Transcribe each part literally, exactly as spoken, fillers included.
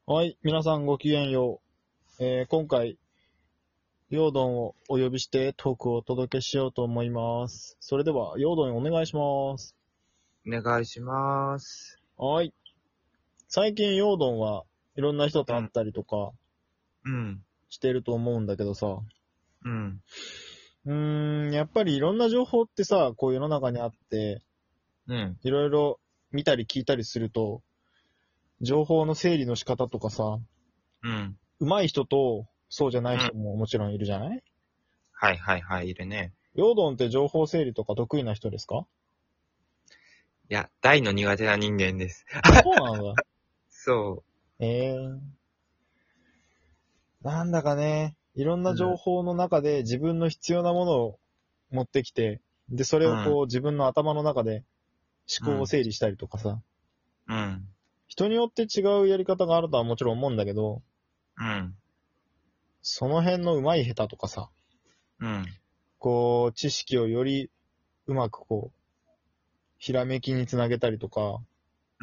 はい、皆さんごきげんよう。えー今回、ヨードンをお呼びしてトークをお届けしようと思います。それでは、ヨードンお願いします。 お願いします。 はい。最近ヨードンはいろんな人と会ったりとかうん。 してると思うんだけどさ、 うん。 うーん、やっぱりいろんな情報ってさ、こう世の中にあって、 うん。 いろいろ見たり聞いたりすると、情報の整理の仕方とかさ、 うん。 上手い人とそうじゃないうん。 人ももちろんいるじゃない？ はいはいはい、いるね。 ヨードンって情報整理とか得意な人ですか？ いや、大の苦手な人間です。 あ、そうなんだ。 そええなんだかね、いろんう。 な情うん。 報の中で自分の必要なものを持ってきて、で、それうん。 をこう自分の頭の中で思考をうん。 整理したりとかさ、 うん。 人によって違うやり方があるとはもちろん思うんだけど、 うん。 その辺の上手い下手とかさ、 うん。 こう、知識をよりうまくこう、ひらめきにつなげたりとか、 うん。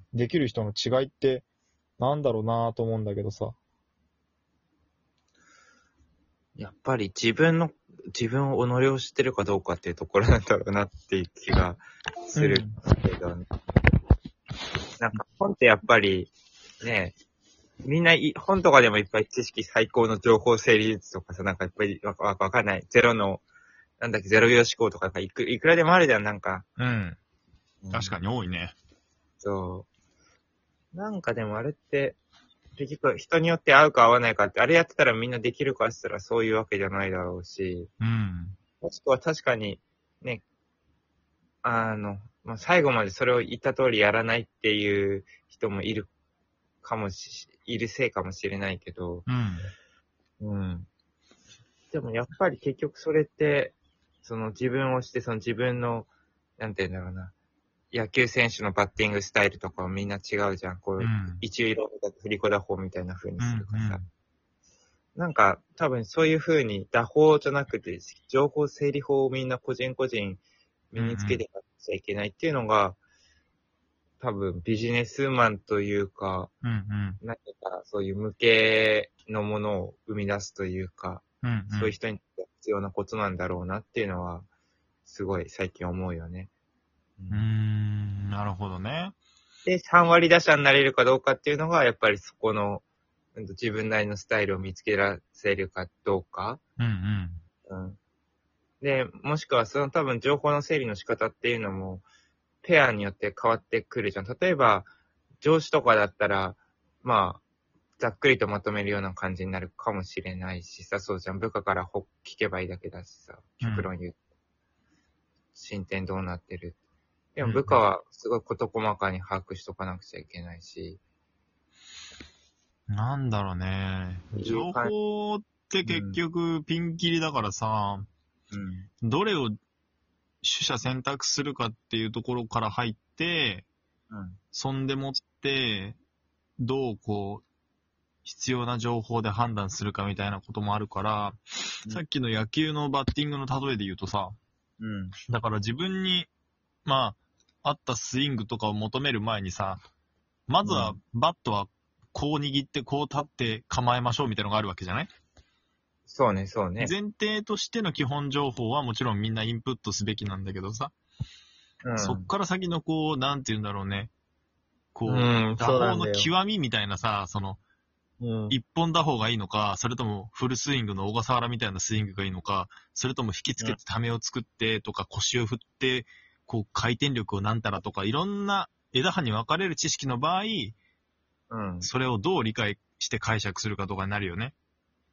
できる人の違いってなんだろうなぁと思うんだけどさ。 やっぱり自分の、自分を己を知ってるかどうかっていうところなんだろうなっていう気がするけど、ねなんか本ってやっぱり、ね、みんない本とかでもいっぱい知識最高の情報整理術とかさ、なんかいっぱいわわわかんない。ゼロの、なんだっけ、ゼロ秒思考とかいく、いくらでもあるじゃん、なんか。 うん。 うん確かに多いね。 そう。なんかでもあれって、結局人によって合うか合わないかって、あれやってたらみんなできるかって言ったらそういうわけじゃないだろうし、 うん。 もしくは確かに、ね、あの、まあ、最後までそれを言った通りやらないっていう人もいるかもし、いるせいかもしれないけど、 うん。 うん。でもやっぱり結局それって、その自分をして、その自分の、なんて言うんだろうな、野球選手のバッティングスタイルとかはみんな違うじゃん。こう、 うん。 一塁ロだと振り子打法みたいな風にうん。 するかさ。 うん。 なんか、多分そういう風に打法じゃなくて、情報整理法をみんな個人個人身につけていかなくちゃいけないっていうのが、多分ビジネスマンというか、 うん。うん。 何かそういう無形のものを生み出すというか、 うん。 そういう人にとって必要なことなんだろうなっていうのは、すごい最近思うよね。 うーん、なるほどね。 で、さん割打者になれるかどうかっていうのが、やっぱりそこの、うんと自分なりのスタイルを見つけらせるかどうか。 うんうん。で、もしくはその多分情報の整理の仕方っていうのも、ペアによって変わってくるじゃん。例えば、上司とかだったら、まあ、ざっくりとまとめるような感じになるかもしれないしさ、そうじゃん。部下からほ聞けばいいだけだしさ、 うん。 極論言う。進展どうなってる。でうんも部下はすごい事細かに把握しとかなくちゃいけないし。 なんだろうね。情報って結局ピンキリだからさ、 うん。 どれを取捨選択するかっていうところから入って、 うん。 そんでもって、どうこう、必要な情報で判断するかみたいなこともあるから、 うんさっきの野球のバッティングの例えで言うとさ、 うん。 だから自分に、まあ、合ったスイングとかを求める前にさ、まずはバットはこう握ってこう立って構えましょうみたいなのがあるわけじゃない？ そうね、そうね。 前提としての基本情報はもちろんみんなインプットすべきなんだけどさ、 うん。 そっから先のこう、なんて言うんだろうね、こう、 うん打法のそうなんだよ極みみたいなさ、その、 うん。 一本打法がいいのか、それともフルスイングの小笠原みたいなスイングがいいのか、それとも引きつけてためを作ってとか腰を振って、こう回転力をなんたらとか、いろんな枝葉に分かれる知識の場合、 うん。 それをどう理解して解釈するかとかになるよね。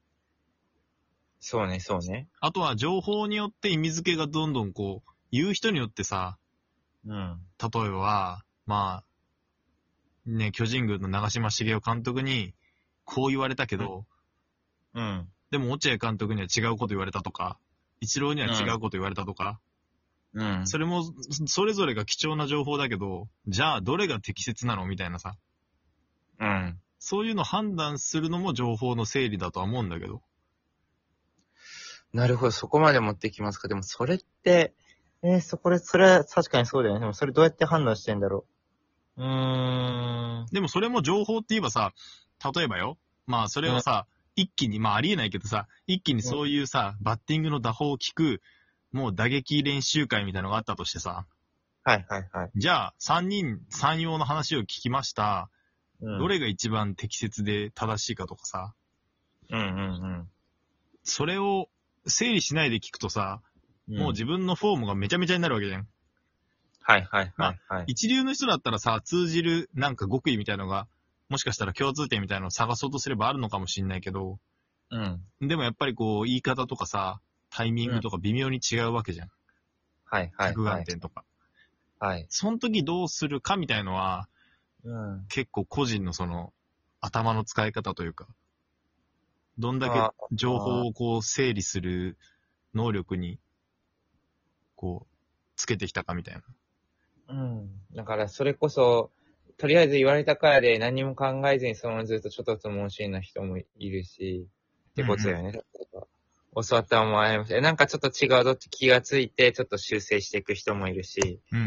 そうね、そうね。 あとは情報によって意味付けがどんどんこう、言う人によってさ、 うん。 例えば、まあ、ね、巨人軍の長嶋茂雄監督に、こう言われたけど、 うん。 でも落合監督には違うこと言われたとか、一郎には違うこと言われたとか、 うん。 それも、それぞれが貴重な情報だけど、じゃあどれが適切なのみたいなさ、 うん。 そういうの判断するのも情報の整理だとは思うんだけど。 なるほど、そこまで持ってきますか。でもそれって、えー、そこで、それは確かにそうだよね。でもそれどうやって判断してんだろう。うーん。 でもそれも情報って言えばさ、 例えばよ、まあそれをさ、一気に、まあありえないけどさ、一気にそういうさ、バッティングの打法を聞く、もう打撃練習会みたいなのがあったとしてさ、 はいはいはい。 じゃあさんにんさん用の話を聞きました。 うん、 どれが一番適切で正しいかとかさ、 うんうんそれを整理しないで聞くとさ、 うん。 もう自分のフォームがめちゃめちゃになるわけじゃん。 はいはいはいはい。 一流の人だったらさ、通じるなんか極意みたいなのが、もしかしたら共通点みたいなのを探そうとすればあるのかもしんないけど、 うん。 でもやっぱりこう、言い方とかさ、タイミングとか微妙に違うわけじゃん。 はいはい着はい。 眼点とか。 はい。 その時どうするかみたいのは、 うん。 結構個人のその、頭の使い方というか、どんだけあ情報をこう整理する能力に、こう、つけてきたかみたいな。 うん。だからそれこそ、とりあえず言われたからで何も考えずにそのままずっとちょっとつ盲信な人もいるし、ってことだよね。例えば教わったまま謝って、なんかちょっと違うどって気がついて、ちょっと修正していく人もいるし、 うんうん。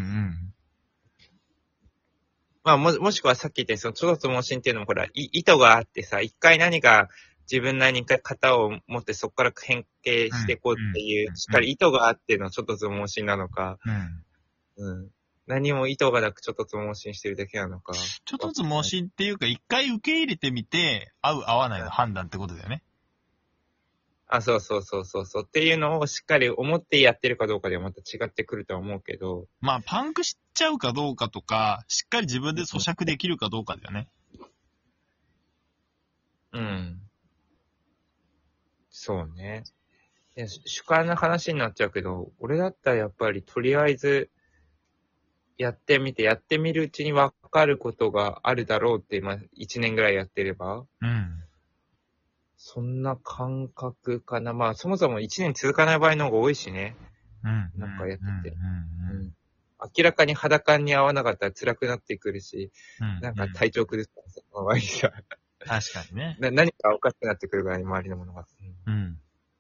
まあも、もしくはさっき言ったように、そのちょっとつ盲信っていうのもほら、い意図があってさ、一回何か自分なりに一回型を持ってそこから変形していこうっていう、 うんしっかり意図があってのちょっとつ盲信なのか、 うん。 うん。何も意図がなくちょっとつ盲信してるだけなのか。 ちょっとずつ盲信っていうか、一回受け入れてみて、合う合わないの判断ってことだよね。 あ、そうそうそうそうそう。っていうのをしっかり思ってやってるかどうかではまた違ってくるとは思うけど。 まあ、パンクしちゃうかどうかとか、しっかり自分で咀嚼できるかどうかだよね。 うん。そうね。いや主主観の話になっちゃうけど、俺だったらやっぱりとりあえずやってみて、やってみるうちに分かることがあるだろうって、まあ、一年ぐらいやってれば、 うん。 そんな感覚かな。まあ、そもそも一年続かない場合の方が多いしね。 うん。 なんかやっててうん。うん。 うん。明らかに肌感に合わなかったら辛くなってくるし、 うん。 なんか体調崩すからさ、その場合さ、 確かにね。 な何かおかしくなってくるから、周りのものが。うんうん。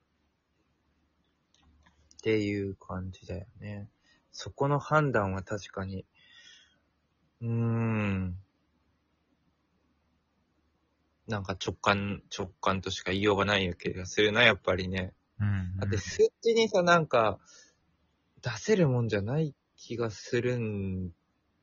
っていう感じだよね。そこの判断は確かに、うーん。なんか直感、直感としか言いようがない気がするな、やっぱりね。 うん。 だって数値にさ、なんか、出せるもんじゃない気がするん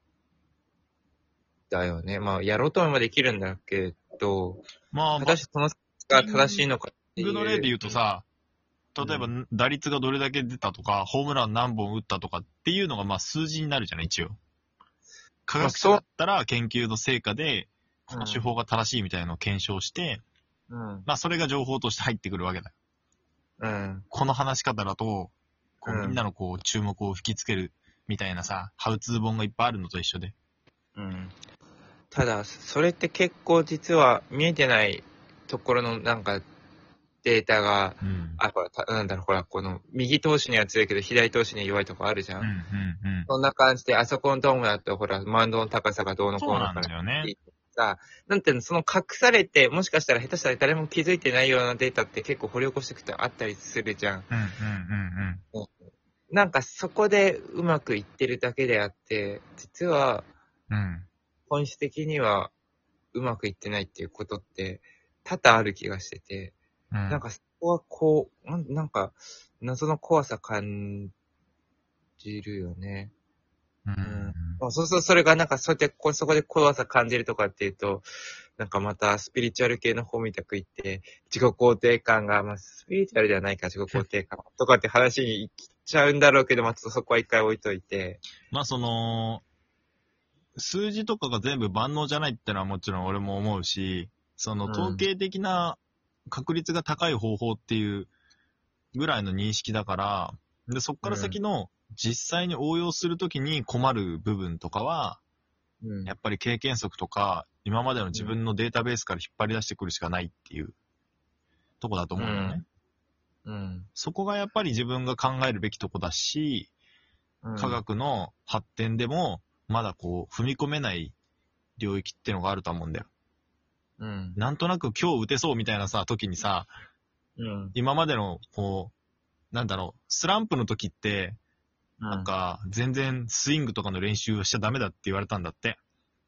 だよね。まあ、やろうと思えばできるんだけど、 まあ、 果たしてそのが正しいのかっていう。 バッティングの例で言うとさ、例えば打率がどれだけ出たとか、ホームラン何本打ったとかっていうのがまあ数字になるじゃない、一応。科学者だったら研究の成果で、この手法が正しいみたいなのを検証して、 うん。 まあそれが情報として入ってくるわけだよ。 うん。 この話し方だと、こううんみんなのこう注目を引きつけるみたいなさ、ハウツー本がいっぱいあるのと一緒で。 うん。ただ、それって結構実は見えてないところのなんかデータが、 うん。 あ、ほら、たなんだろう、ほら、この右投手には強いけど左投手には弱いとこあるじゃん。 うん、うん、うん。 そんな感じで、あそこのドームだと、ほら、マウンドの高さがどうのこうのそうなんだよね。 さ、なんていうの、その隠されて、もしかしたら下手したら誰も気づいてないようなデータって結構掘り起こしていくとあったりするじゃん。 うん、うん、うん、 なんかそこでうまくいってるだけであって、実はうん。うん。 本質的にはうまくいってないっていうことって多々ある気がしてて、 うん。 なんかそこはこう、なんなんか謎の怖さ感じるよね。 うん。 うんまあ、そうそう、それがなんかそうやってこ、そこで怖さ感じるとかっていうと、なんかまたスピリチュアル系の方みたく言って、自己肯定感が、まあスピリチュアルではないか、自己肯定感とかって話に行っちゃうんだろうけど、まあちょっとそこは一回置いといて。 まあその、数字とかが全部万能じゃないってのはもちろん俺も思うし、その統計的な確率が高い方法っていうぐらいの認識だから、で、そっから先の実際に応用するときに困る部分とかは、 うん。 やっぱり経験則とか、今までの自分のデータベースから引っ張り出してくるしかないっていうとこだと思うんだよね。 うん。 そこがやっぱり自分が考えるべきとこだし、 うん。 科学の発展でも、まだこう、踏み込めない領域ってのがあると思うんだよ。 うん。 なんとなく今日打てそうみたいなさ、時にさ、 うん。 今までの、こう、なんだろう、スランプの時って、なんか、全然スイングとかの練習をしちゃダメだって言われたんだって。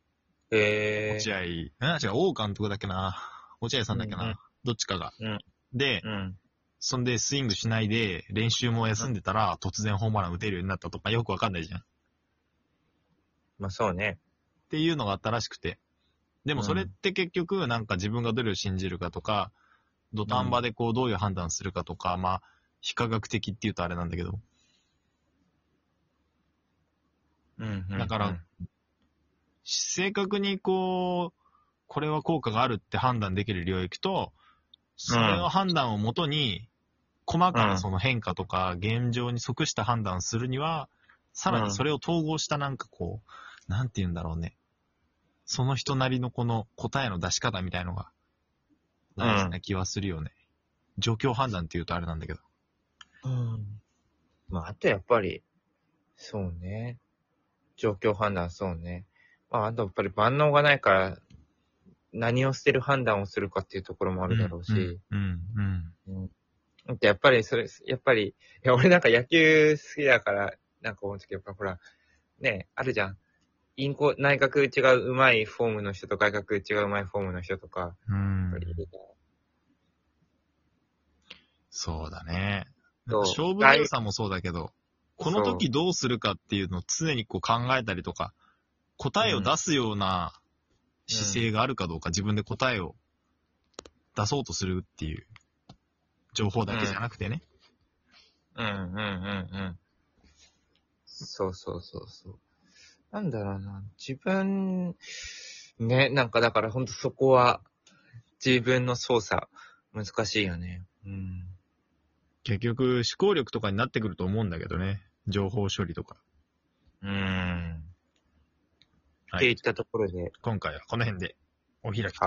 へ落合、あ、違う、王監督だっけな。落合さんだっけな。 うんうんどっちかが。 うんで、 うん。 そんでスイングしないで、練習も休んでたら、突然ホームラン打てるようになったとか、よくわかんないじゃん。っまあそうね。 ていうのがあったらしくて。でもそれって結局、なんか自分がどれを信じるかとか、土壇場でこう、どういう判断するかとか、まあ、非科学的っていうとあれなんだけど。 うんうんうん。 だから、正確にこう、これは効果があるって判断できる領域と、それを判断をもとに、細かなその変化とか、現状に即した判断をするには、さらにそれを統合したなんかこう、なんて言うんだろうね。その人なりのこの答えの出し方みたいのが、大事な気はするよね。状況判断って言うとあれなんだけど。 うん。まああとやっぱり、そうね。状況判断、そうね。まああとやっぱり万能がないから、何を捨てる判断をするかっていうところもあるだろうし。 うん、うん、 うんやっぱり、それ、やっぱり、いや、俺なんか野球好きだから、なんか思うんですけど、やっぱほら、ね、あるじゃん。インコ、内角違う上手いフォームの人と外角違う上手いフォームの人とか、 うん。うんやっぱりいるかそうだね。 そう勝負強さもそうだけど、この時どうするかっていうのを常にこう考えたりとか、答えを出すような姿勢があるかどうか、自分で答えを出そうとするっていう情報だけじゃなくてね。 うん、うん、うん、うん。そうそうそうそう。なんだろうな、自分、ね、なんかだからほんとそこは、自分の操作、難しいよね。うん。 結局、思考力とかになってくると思うんだけどね。情報処理とか。 うーん。 はいっていったところで、 今回はこの辺でお開き。